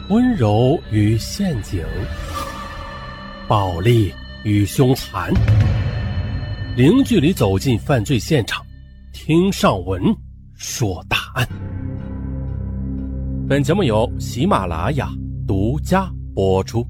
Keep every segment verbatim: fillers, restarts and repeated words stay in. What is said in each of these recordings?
温柔与陷阱，暴力与凶残，零距离走进犯罪现场，听上文说大案。本节目由喜马拉雅独家播出。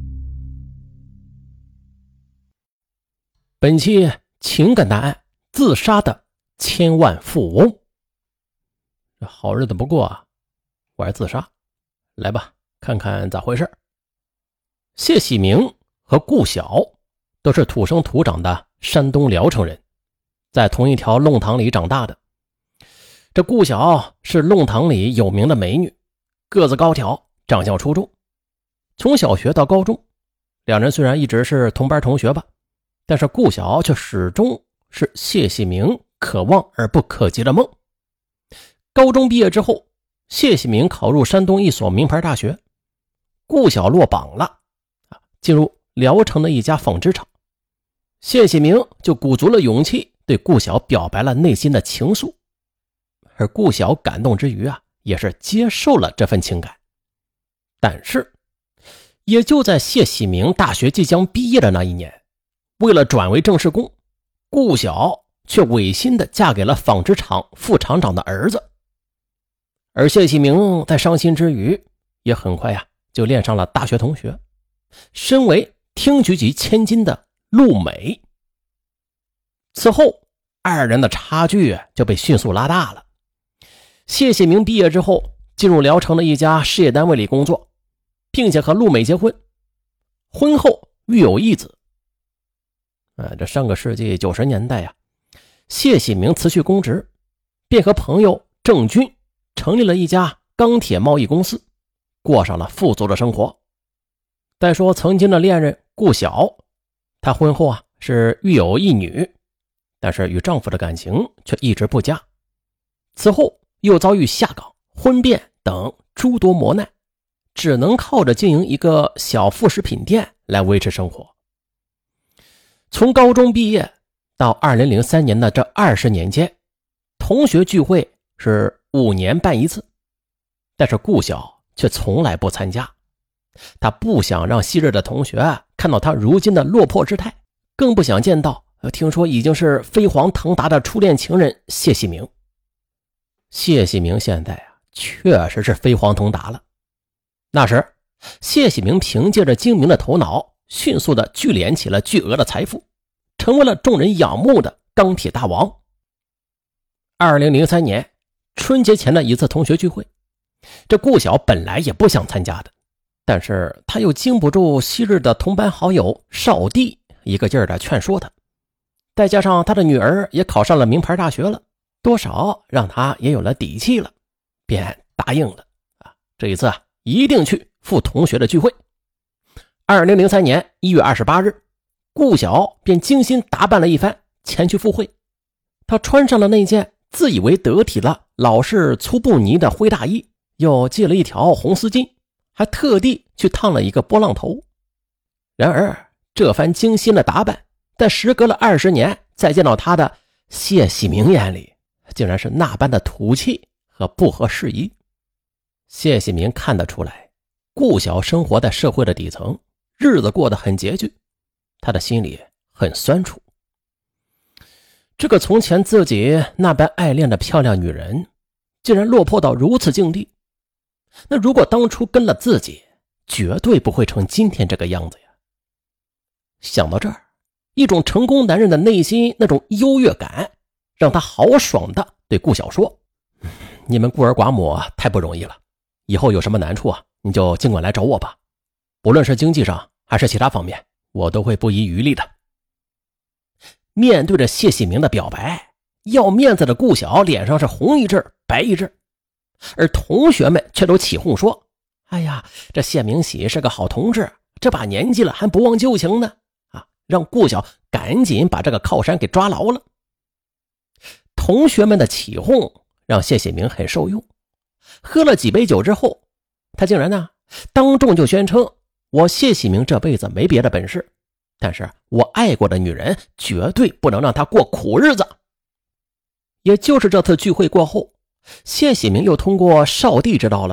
本期情感大案，自杀的千万富翁。这好日子不过啊，我还自杀。来吧，看看咋回事。谢喜明和顾晓都是土生土长的山东聊城人，在同一条弄堂里长大的。这顾晓是弄堂里有名的美女，个子高挑，长相出众。从小学到高中，两人虽然一直是同班同学吧，但是顾晓却始终是谢喜明可望而不可及的梦。高中毕业之后，谢喜明考入山东一所名牌大学，顾晓落榜了，进入聊城的一家纺织厂。谢喜明就鼓足了勇气对顾晓表白了内心的情愫，而顾晓感动之余啊，也是接受了这份情感。但是也就在谢喜明大学即将毕业的那一年，为了转为正式工，顾晓却违心地嫁给了纺织厂副厂长的儿子。而谢喜明在伤心之余，也很快呀、啊、就恋上了大学同学，身为厅局级千金的陆美。此后二人的差距就被迅速拉大了。谢喜明毕业之后，进入聊城的一家事业单位里工作，并且和陆美结婚，婚后育有一子。呃，这上个世纪九十年代啊，谢喜明辞去公职，便和朋友郑军成立了一家钢铁贸易公司，过上了富足的生活。再说曾经的恋人顾晓，她婚后啊是育有一女，但是与丈夫的感情却一直不佳。此后又遭遇下岗、婚变等诸多磨难，只能靠着经营一个小副食品店来维持生活。从高中毕业到二零零三年的这二十年间，同学聚会是五年办一次，但是顾晓却从来不参加。他不想让昔日的同学看到他如今的落魄之态，更不想见到听说已经是飞黄腾达的初恋情人谢喜明。谢喜明现在啊，确实是飞黄腾达了。那时谢喜明凭借着精明的头脑，迅速地聚敛起了巨额的财富，成为了众人仰慕的钢铁大王。二零零三年春节前的一次同学聚会，这顾晓本来也不想参加的，但是他又经不住昔日的同班好友少帝一个劲儿的劝说他，再加上他的女儿也考上了名牌大学了，多少让他也有了底气了，便答应了啊，这一次啊一定去赴同学的聚会。二零零三年一月二十八日，顾晓便精心打扮了一番前去赴会。他穿上了那件自以为得体了老式粗布呢的灰大衣，又系了一条红丝巾，还特地去烫了一个波浪头。然而这番精心的打扮，在时隔了二十年再见到他的谢喜明眼里，竟然是那般的土气和不合时宜。谢喜明看得出来，顾晓生活在社会的底层，日子过得很拮据，他的心里很酸楚。这个从前自己那般爱恋的漂亮女人，竟然落魄到如此境地。那如果当初跟了自己，绝对不会成今天这个样子呀。想到这儿，一种成功男人的内心那种优越感，让他豪爽地对顾晓说：你们孤儿寡母太不容易了，以后有什么难处啊，你就尽管来找我吧，不论是经济上还是其他方面，我都会不遗余力的。面对着谢喜明的表白，要面子的顾晓脸上是红一阵白一阵，而同学们却都起哄说：哎呀，这谢明喜是个好同志，这把年纪了还不忘旧情呢啊！让顾晓赶紧把这个靠山给抓牢了。同学们的起哄让谢喜明很受用，喝了几杯酒之后，他竟然呢当众就宣称：我谢喜明这辈子没别的本事，但是我爱过的女人绝对不能让她过苦日子。也就是这次聚会过后，谢喜明又通过少帝知道了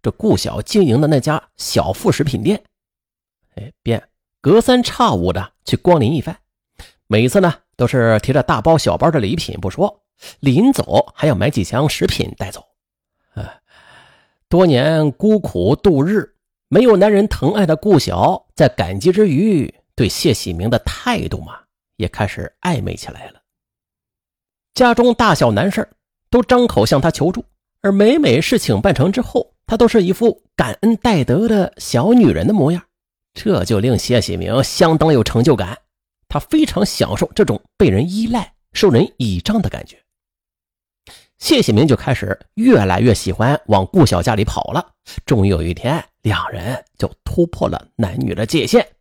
这顾晓经营的那家小副食品店，哎，便隔三差五的去光临一番。每次呢都是提着大包小包的礼品不说，临走还要买几箱食品带走。哎，多年孤苦度日，没有男人疼爱的顾晓，在感激之余，对谢喜明的态度嘛，也开始暧昧起来了。家中大小难事都张口向他求助，而每每事情办成之后，他都是一副感恩戴德的小女人的模样，这就令谢喜明相当有成就感。他非常享受这种被人依赖、受人倚仗的感觉。谢喜明就开始越来越喜欢往顾晓家里跑了。终于有一天，两人就突破了男女的界限。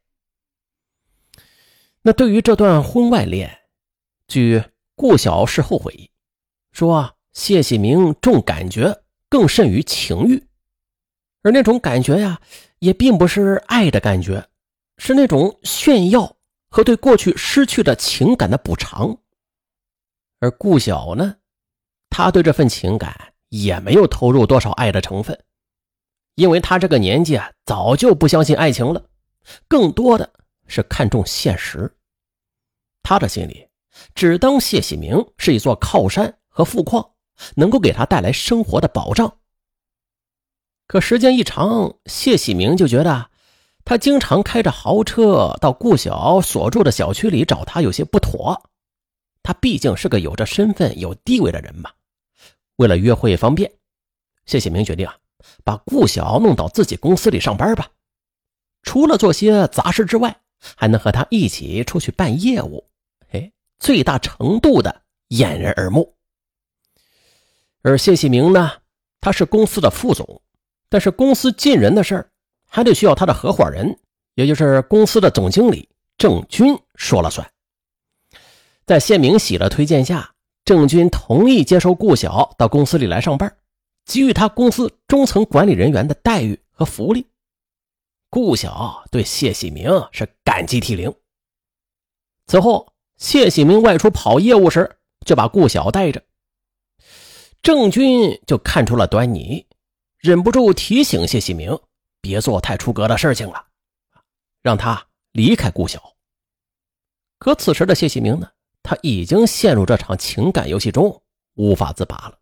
那对于这段婚外恋，据顾晓事后回忆说，谢喜明重感觉更甚于情欲，而那种感觉呀，也并不是爱的感觉，是那种炫耀和对过去失去的情感的补偿。而顾晓呢，他对这份情感也没有投入多少爱的成分，因为他这个年纪啊，早就不相信爱情了，更多的是看重现实。他的心里只当谢喜明是一座靠山和富矿，能够给他带来生活的保障。可时间一长，谢喜明就觉得他经常开着豪车到顾晓所住的小区里找他有些不妥。他毕竟是个有着身份有地位的人嘛，为了约会方便，谢喜明决定啊，把顾晓弄到自己公司里上班吧。除了做些杂事之外，还能和他一起出去办业务，哎，最大程度的掩人耳目。而谢喜明呢，他是公司的副总，但是公司进人的事儿还得需要他的合伙人，也就是公司的总经理郑军说了算。在谢明喜的推荐下，郑军同意接受顾晓到公司里来上班，给予他公司中层管理人员的待遇和福利。顾晓对谢喜明是感激涕零。此后，谢喜明外出跑业务时，就把顾晓带着。郑军就看出了端倪，忍不住提醒谢喜明别做太出格的事情了，让他离开顾晓。可此时的谢喜明呢，他已经陷入这场情感游戏中，无法自拔了。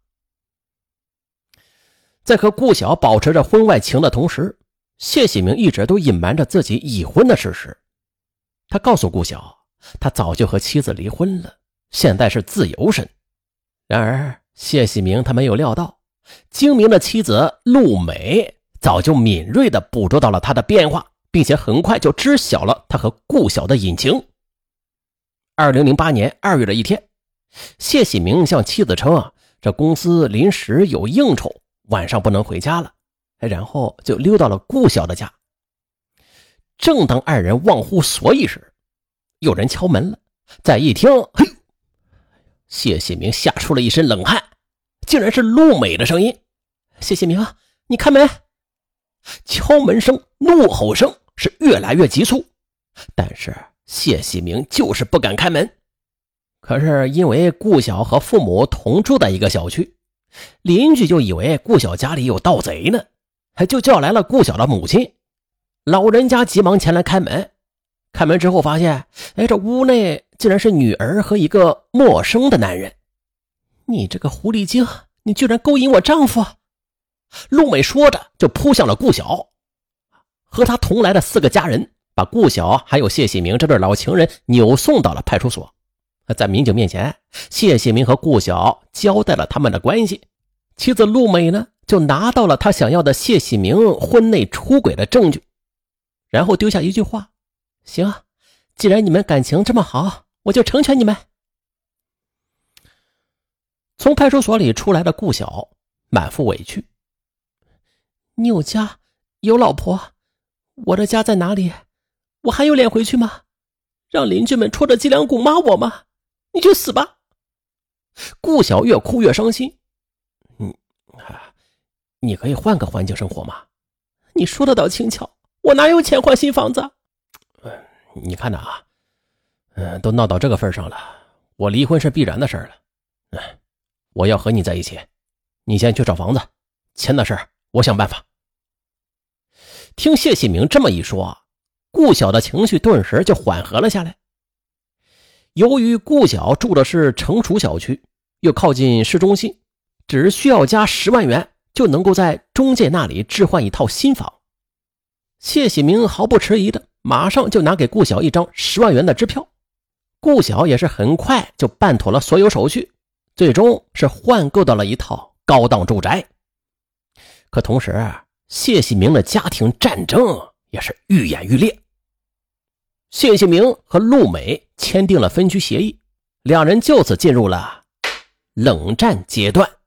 在和顾晓保持着婚外情的同时，谢喜明一直都隐瞒着自己已婚的事实。他告诉顾晓，他早就和妻子离婚了，现在是自由身。然而谢喜明他没有料到，精明的妻子陆美早就敏锐地捕捉到了他的变化，并且很快就知晓了他和顾晓的隐情。二零零八年二月的一天，谢喜明向妻子称，这公司临时有应酬，晚上不能回家了，然后就溜到了顾晓的家。正当二人忘乎所以时，有人敲门了。再一听，嘿，谢喜明吓出了一身冷汗，竟然是陆美的声音。谢喜明，你开门。敲门声、怒吼声是越来越急促，但是谢喜明就是不敢开门。可是因为顾晓和父母同住在一个小区，邻居就以为顾晓家里有盗贼呢，就叫来了顾晓的母亲。老人家急忙前来开门，开门之后发现，哎，这屋内竟然是女儿和一个陌生的男人。你这个狐狸精，你居然勾引我丈夫！陆美说着就扑向了顾晓，和他同来的四个家人把顾晓还有谢喜明这对老情人扭送到了派出所。在民警面前，谢喜明和顾晓交代了他们的关系。妻子陆美呢，就拿到了他想要的谢喜明婚内出轨的证据，然后丢下一句话：行，既然你们感情这么好，我就成全你们。从派出所里出来的顾晓满腹委屈：你有家有老婆，我的家在哪里？我还有脸回去吗？让邻居们戳着脊梁骨骂我吗？你去死吧！顾晓越哭越伤心。嗯，你可以换个环境生活吗？你说的倒轻巧，我哪有钱换新房子？你看呐啊，嗯，都闹到这个份上了，我离婚是必然的事了。嗯，我要和你在一起，你先去找房子，钱的事我想办法， 听谢喜明这么一说，顾晓的情绪顿时就缓和了下来。由于顾晓住的是成熟小区，又靠近市中心，只需要加十万元就能够在中介那里置换一套新房。谢喜明毫不迟疑的马上就拿给顾晓一张十万元的支票。顾晓也是很快就办妥了所有手续，最终是换购到了一套高档住宅。可同时，谢喜明的家庭战争也是愈演愈烈。谢喜明和陆美签订了分居协议，两人就此进入了冷战阶段。